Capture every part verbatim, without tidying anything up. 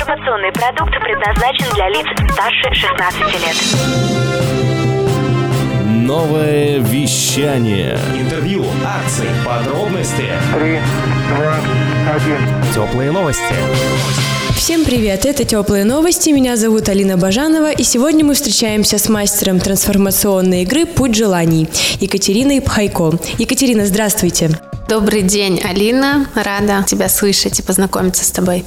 Информационный продукт предназначен для лиц старше шестнадцати лет. Новое вещание. Интервью, акции, подробности. Три, два, один. Теплые новости. Всем привет, это «Теплые новости», меня зовут Алина Бажанова, и сегодня мы встречаемся с мастером трансформационной игры «Путь желаний» Екатериной Пхайко. Екатерина, здравствуйте. Добрый день, Алина, рада тебя слышать и познакомиться с тобой.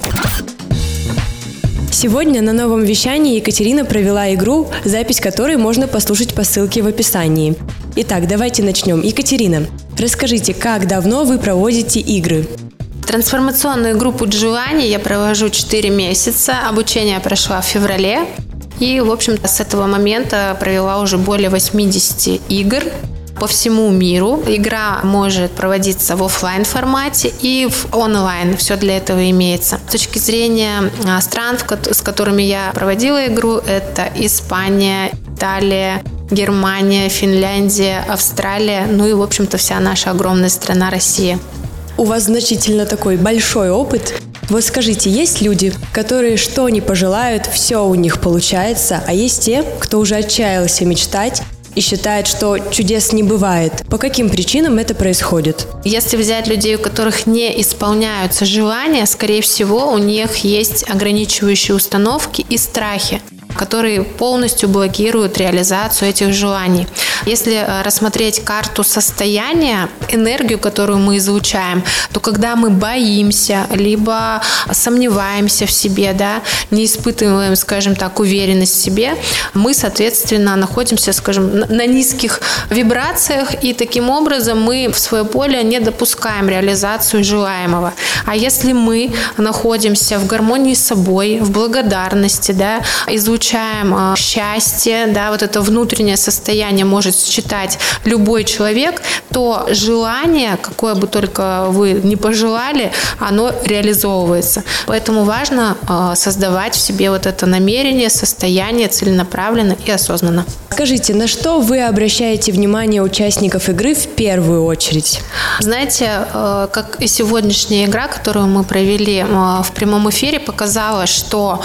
Сегодня на новом вещании Екатерина провела игру, запись которой можно послушать по ссылке в описании. Итак, давайте начнем. Екатерина, расскажите, как давно вы проводите игры? Трансформационную игру «Путь желаний» я провожу четыре месяца. Обучение прошло в феврале. И, в общем-то, с этого момента провела уже более восемьдесят игр по всему миру. Игра может проводиться в офлайн формате и в онлайн. Все для этого имеется. С точки зрения стран, с которыми я проводила игру, это Испания, Италия, Германия, Финляндия, Австралия, ну и, в общем-то, вся наша огромная страна Россия. У вас значительно такой большой опыт. Вот скажите, есть люди, которые что ни пожелают, все у них получается, а есть те, кто уже отчаялся мечтать и считает, что чудес не бывает. По каким причинам это происходит? Если взять людей, у которых не исполняются желания, скорее всего, у них есть ограничивающие установки и страхи, которые полностью блокируют реализацию этих желаний. Если рассмотреть карту состояния, энергию, которую мы излучаем, то когда мы боимся, либо сомневаемся в себе, да, не испытываем, скажем так, уверенность в себе, мы, соответственно, находимся, скажем, на низких вибрациях, и таким образом мы в свое поле не допускаем реализацию желаемого. А если мы находимся в гармонии с собой, в благодарности, да, излучаем Изучаем счастье, да, вот это внутреннее состояние может считать любой человек, то желание, какое бы только вы ни пожелали, оно реализовывается. Поэтому важно э, создавать в себе вот это намерение, состояние целенаправленно и осознанно. Скажите, на что вы обращаете внимание участников игры в первую очередь? Знаете, э, как и сегодняшняя игра, которую мы провели э, в прямом эфире, показала, что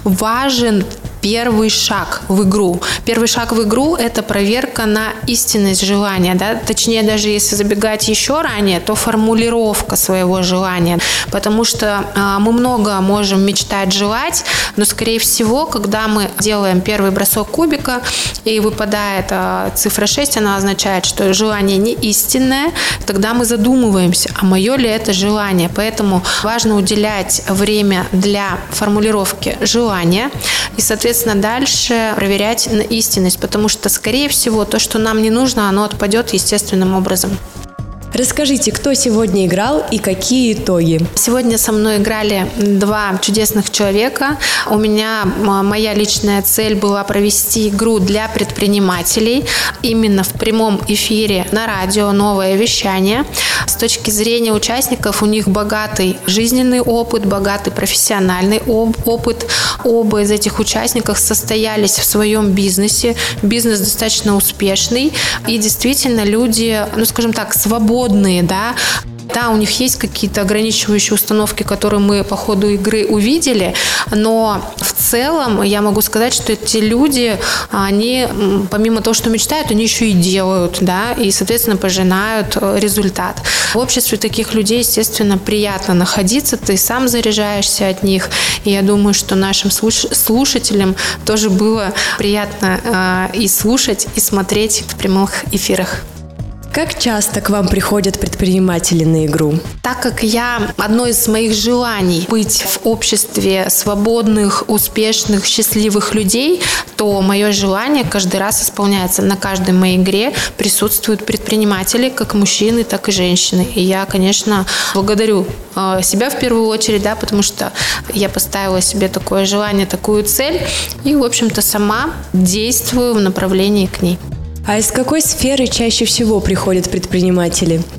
важен первый шаг в игру. Первый шаг в игру – это проверка на истинность желания. Да? Точнее, даже если забегать еще ранее, то формулировка своего желания. Потому что э, мы много можем мечтать, желать, но, скорее всего, когда мы делаем первый бросок кубика и выпадает э, цифра шесть, она означает, что желание не истинное, тогда мы задумываемся, а мое ли это желание. Поэтому важно уделять время для формулировки желания и, соответственно, дальше проверять на истинность, потому что, скорее всего, то, что нам не нужно, оно отпадет естественным образом. Расскажите, кто сегодня играл и какие итоги? Сегодня со мной играли два чудесных человека. У меня моя личная цель была провести игру для предпринимателей именно в прямом эфире на радио «Новое вещание». С точки зрения участников, у них богатый жизненный опыт, богатый профессиональный опыт. Оба из этих участников состоялись в своем бизнесе. Бизнес достаточно успешный. И действительно люди, ну скажем так, свободные. Да? Да, у них есть какие-то ограничивающие установки, которые мы по ходу игры увидели, но в целом я могу сказать, что эти люди, они помимо того, что мечтают, они еще и делают, да, и, соответственно, пожинают результат. В обществе таких людей, естественно, приятно находиться, ты сам заряжаешься от них, и я думаю, что нашим слушателям тоже было приятно и слушать, и смотреть в прямых эфирах. Как часто к вам приходят предприниматели на игру? Так как я, одно из моих желаний быть в обществе свободных, успешных, счастливых людей, то мое желание каждый раз исполняется. На каждой моей игре присутствуют предприниматели, как мужчины, так и женщины. И я, конечно, благодарю себя в первую очередь, да, потому что я поставила себе такое желание, такую цель, и, в общем-то, сама действую в направлении к ней. А из какой сферы чаще всего приходят предприниматели? С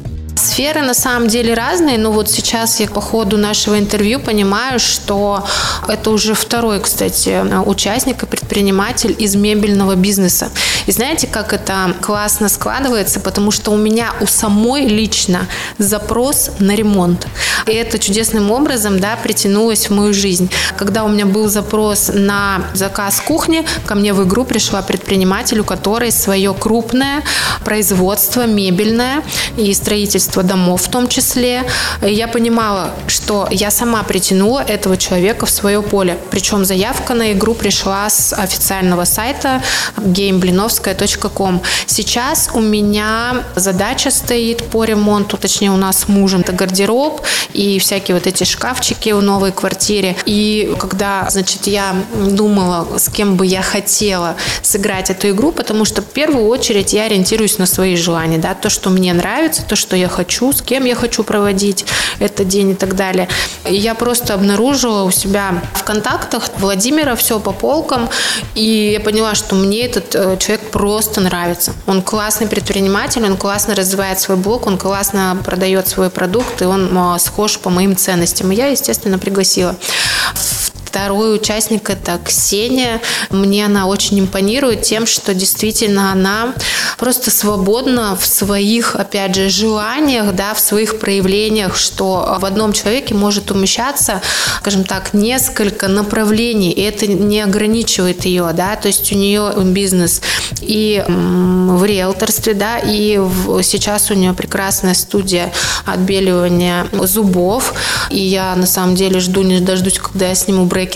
сферы на самом деле разные, но вот сейчас я по ходу нашего интервью понимаю, что это уже второй, кстати, участник и предприниматель из мебельного бизнеса. И знаете, как это классно складывается? Потому что у меня у самой лично запрос на ремонт. И это чудесным образом, да, притянулось в мою жизнь. Когда у меня был запрос на заказ кухни, ко мне в игру пришла предприниматель, у которой свое крупное производство мебельное и строительство домов в том числе. И я понимала, что я сама притянула этого человека в свое поле. Причем заявка на игру пришла с официального сайта гейм блиновская точка ком. Сейчас у меня задача стоит по ремонту, точнее у нас с мужем, это гардероб и всякие вот эти шкафчики в новой квартире. И когда, значит, я думала, с кем бы я хотела сыграть эту игру, потому что в первую очередь я ориентируюсь на свои желания, да, то, что мне нравится, то, что я хочу, с кем я хочу проводить этот день и так далее. И я просто обнаружила у себя в контактах Владимира все по полкам, и я поняла, что мне этот э, человек просто нравится. Он классный предприниматель, он классно развивает свой блог, он классно продает свой продукт, и он э, схож по моим ценностям. И я, естественно, пригласила. Второй участник – это Ксения. Мне она очень импонирует тем, что действительно она просто свободна в своих, опять же, желаниях, да, в своих проявлениях, что в одном человеке может умещаться, скажем так, несколько направлений, и это не ограничивает ее, да, то есть у нее бизнес и в риэлторстве, да, и в, сейчас у нее прекрасная студия отбеливания зубов, и я на самом деле жду, не дождусь, когда я сниму брекеты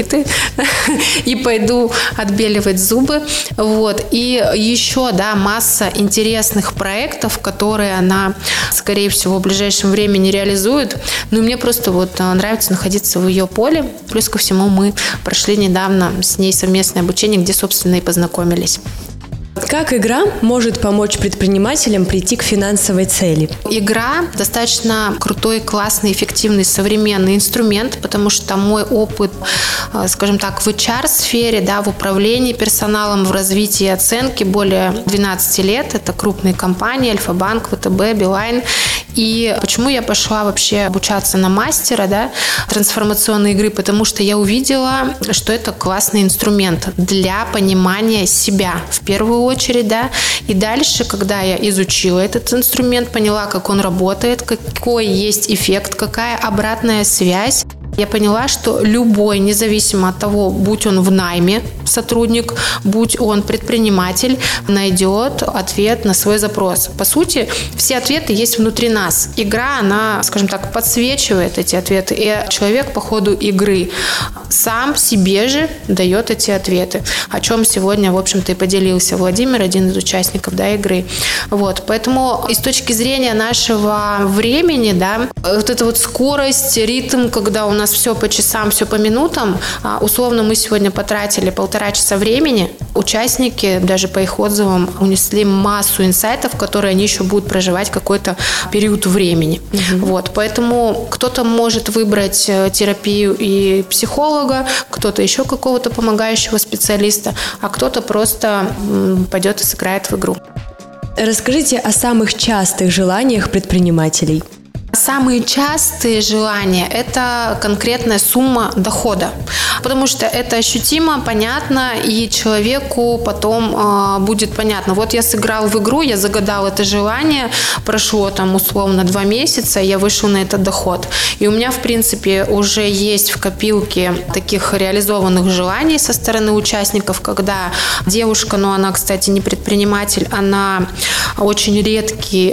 и пойду отбеливать зубы. Вот. И еще, да, масса интересных проектов, которые она, скорее всего, в ближайшем времени реализует. Ну, мне просто вот нравится находиться в ее поле. Плюс ко всему мы прошли недавно с ней совместное обучение, где, собственно, и познакомились. Как игра может помочь предпринимателям прийти к финансовой цели? Игра достаточно крутой, классный, эффективный, современный инструмент, потому что мой опыт, скажем так, в эйч ар-сфере, да, в управлении персоналом, в развитии и оценке более двенадцать лет. Это крупные компании, Альфа-банк, вэ тэ бэ, Билайн. И почему я пошла вообще обучаться на мастера, да, трансформационной игры? Потому что я увидела, что это классный инструмент для понимания себя в первую очередь, да. И дальше, когда я изучила этот инструмент, поняла, как он работает, какой есть эффект, какая обратная связь, я поняла, что любой, независимо от того, будь он в найме сотрудник, будь он предприниматель, найдет ответ на свой запрос. По сути, все ответы есть внутри нас. Игра, она, скажем так, подсвечивает эти ответы, и человек по ходу игры сам себе же дает эти ответы, о чем сегодня, в общем-то, и поделился Владимир, один из участников, да, игры. Вот, поэтому и с точки зрения нашего времени, да, вот эта вот скорость, ритм, когда у нас все по часам, все по минутам. Условно, мы сегодня потратили полтора часа времени. Участники, даже по их отзывам, унесли массу инсайтов, которые они еще будут проживать какой-то период времени. Угу. Вот, поэтому кто-то может выбрать терапию и психолога, кто-то еще какого-то помогающего специалиста, а кто-то просто пойдет и сыграет в игру. Расскажите о самых частых желаниях предпринимателей. Самые частые желания – это конкретная сумма дохода, потому что это ощутимо, понятно, и человеку потом э, будет понятно. Вот я сыграл в игру, я загадал это желание, прошло там условно два месяца, я вышел на этот доход. И у меня, в принципе, уже есть в копилке таких реализованных желаний со стороны участников, когда девушка, но она, кстати, не предприниматель, она очень редкий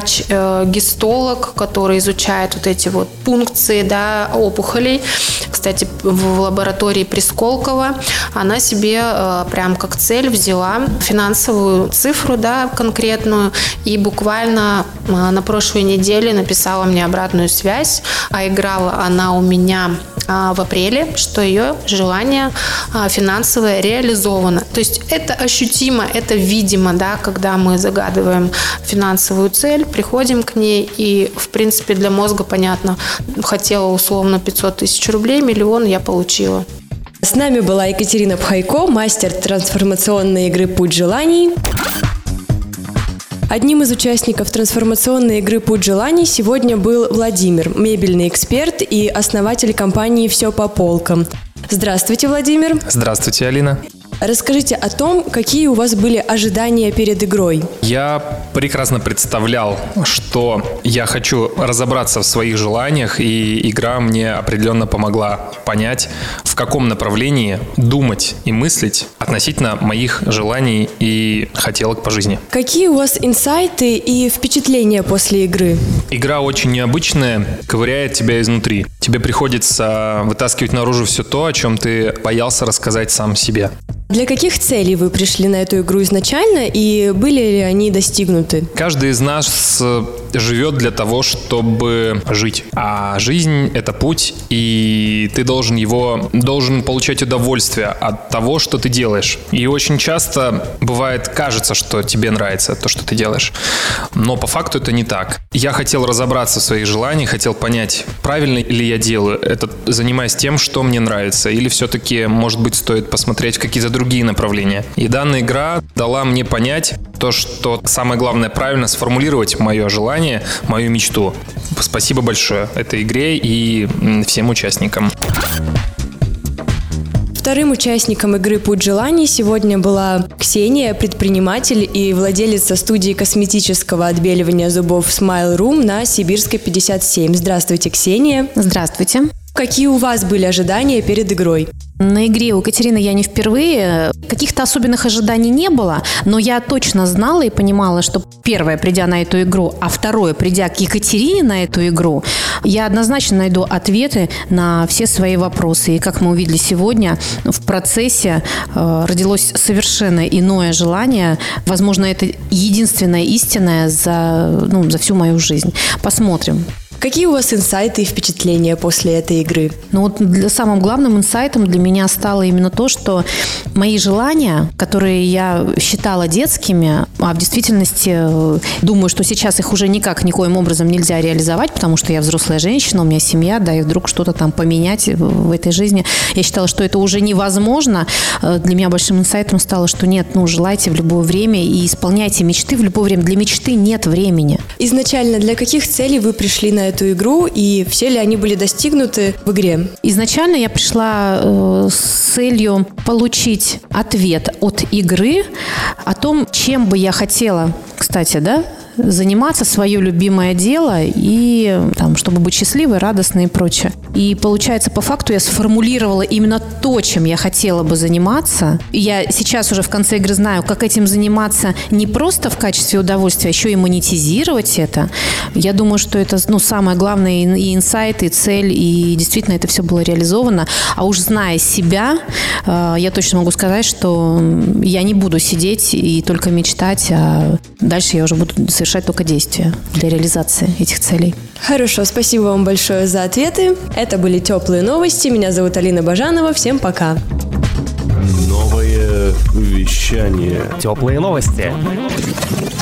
врач-гистолог, который изучает вот эти вот пункции, да, опухолей. Кстати, в лаборатории при Сколково она себе э, прям как цель взяла финансовую цифру, да, конкретную, и буквально э, на прошлой неделе написала мне обратную связь, а играла она у меня э, в апреле, что ее желание э, финансовое реализовано. То есть это ощутимо, это видимо, да, когда мы загадываем финансовую цель, приходим к ней, и в принципе для мозга понятно, хотела условно пятьсот тысяч рублей, миллион я получила. С нами была Екатерина Пхайко, мастер трансформационной игры «Путь желаний». Одним из участников трансформационной игры «Путь желаний» сегодня был Владимир, мебельный эксперт и основатель компании «Все по полкам». Здравствуйте, Владимир. Здравствуйте, Алина. Расскажите о том, какие у вас были ожидания перед игрой. Я прекрасно представлял, что я хочу разобраться в своих желаниях, и игра мне определенно помогла понять, в каком направлении думать и мыслить относительно моих желаний и хотелок по жизни. Какие у вас инсайты и впечатления после игры? Игра очень необычная, ковыряет тебя изнутри. Тебе приходится вытаскивать наружу все то, о чем ты боялся рассказать сам себе. Для каких целей вы пришли на эту игру изначально и были ли они достигнуты? Каждый из нас живет для того, чтобы жить. А жизнь – это путь, и ты должен его, должен получать удовольствие от того, что ты делаешь. И очень часто бывает, кажется, что тебе нравится то, что ты делаешь. Но по факту это не так. Я хотел разобраться в своих желаниях, хотел понять, правильно ли я делаю это, занимаясь тем, что мне нравится. Или все-таки, может быть, стоит посмотреть в какие-то другие направления. И данная игра дала мне понять то, что самое главное правильно сформулировать мое желание, мою мечту. Спасибо большое этой игре и всем участникам. Вторым участником игры «Путь желаний» сегодня была Ксения, предприниматель и владелица студии косметического отбеливания зубов Smile Room на Сибирской пятьдесят семь. Здравствуйте, Ксения. Здравствуйте. Какие у вас были ожидания перед игрой? На игре у Катерины я не впервые. Каких-то особенных ожиданий не было, но я точно знала и понимала, что первое, придя на эту игру, а второе, придя к Екатерине на эту игру, я однозначно найду ответы на все свои вопросы. И как мы увидели сегодня, в процессе э, родилось совершенно иное желание. Возможно, это единственное истинное за, ну, за всю мою жизнь. Посмотрим. Какие у вас инсайты и впечатления после этой игры? Ну вот для, самым главным инсайтом для меня стало именно то, что мои желания, которые я считала детскими, а в действительности думаю, что сейчас их уже никак, никоим образом нельзя реализовать, потому что я взрослая женщина, у меня семья, да, и вдруг что-то там поменять в этой жизни. Я считала, что это уже невозможно. Для меня большим инсайтом стало, что нет, ну, желайте в любое время и исполняйте мечты в любое время. Для мечты нет времени. Изначально для каких целей вы пришли на эту игру и все ли они были достигнуты в игре? Изначально я пришла э, с целью получить ответ от игры о том, чем бы я хотела, кстати, да, заниматься, свое любимое дело, и там, чтобы быть счастливой, радостной и прочее. И получается, по факту я сформулировала именно то, чем я хотела бы заниматься. И я сейчас уже в конце игры знаю, как этим заниматься не просто в качестве удовольствия, а еще и монетизировать это. Я думаю, что это, ну, самое главное и инсайт, и цель, и действительно это все было реализовано. А уж зная себя, я точно могу сказать, что я не буду сидеть и только мечтать, а дальше я уже буду совершать только действия для реализации этих целей. Хорошо, спасибо вам большое за ответы. Это были теплые новости. Меня зовут Алина Бажанова. Всем пока. Новое вещание. Теплые новости.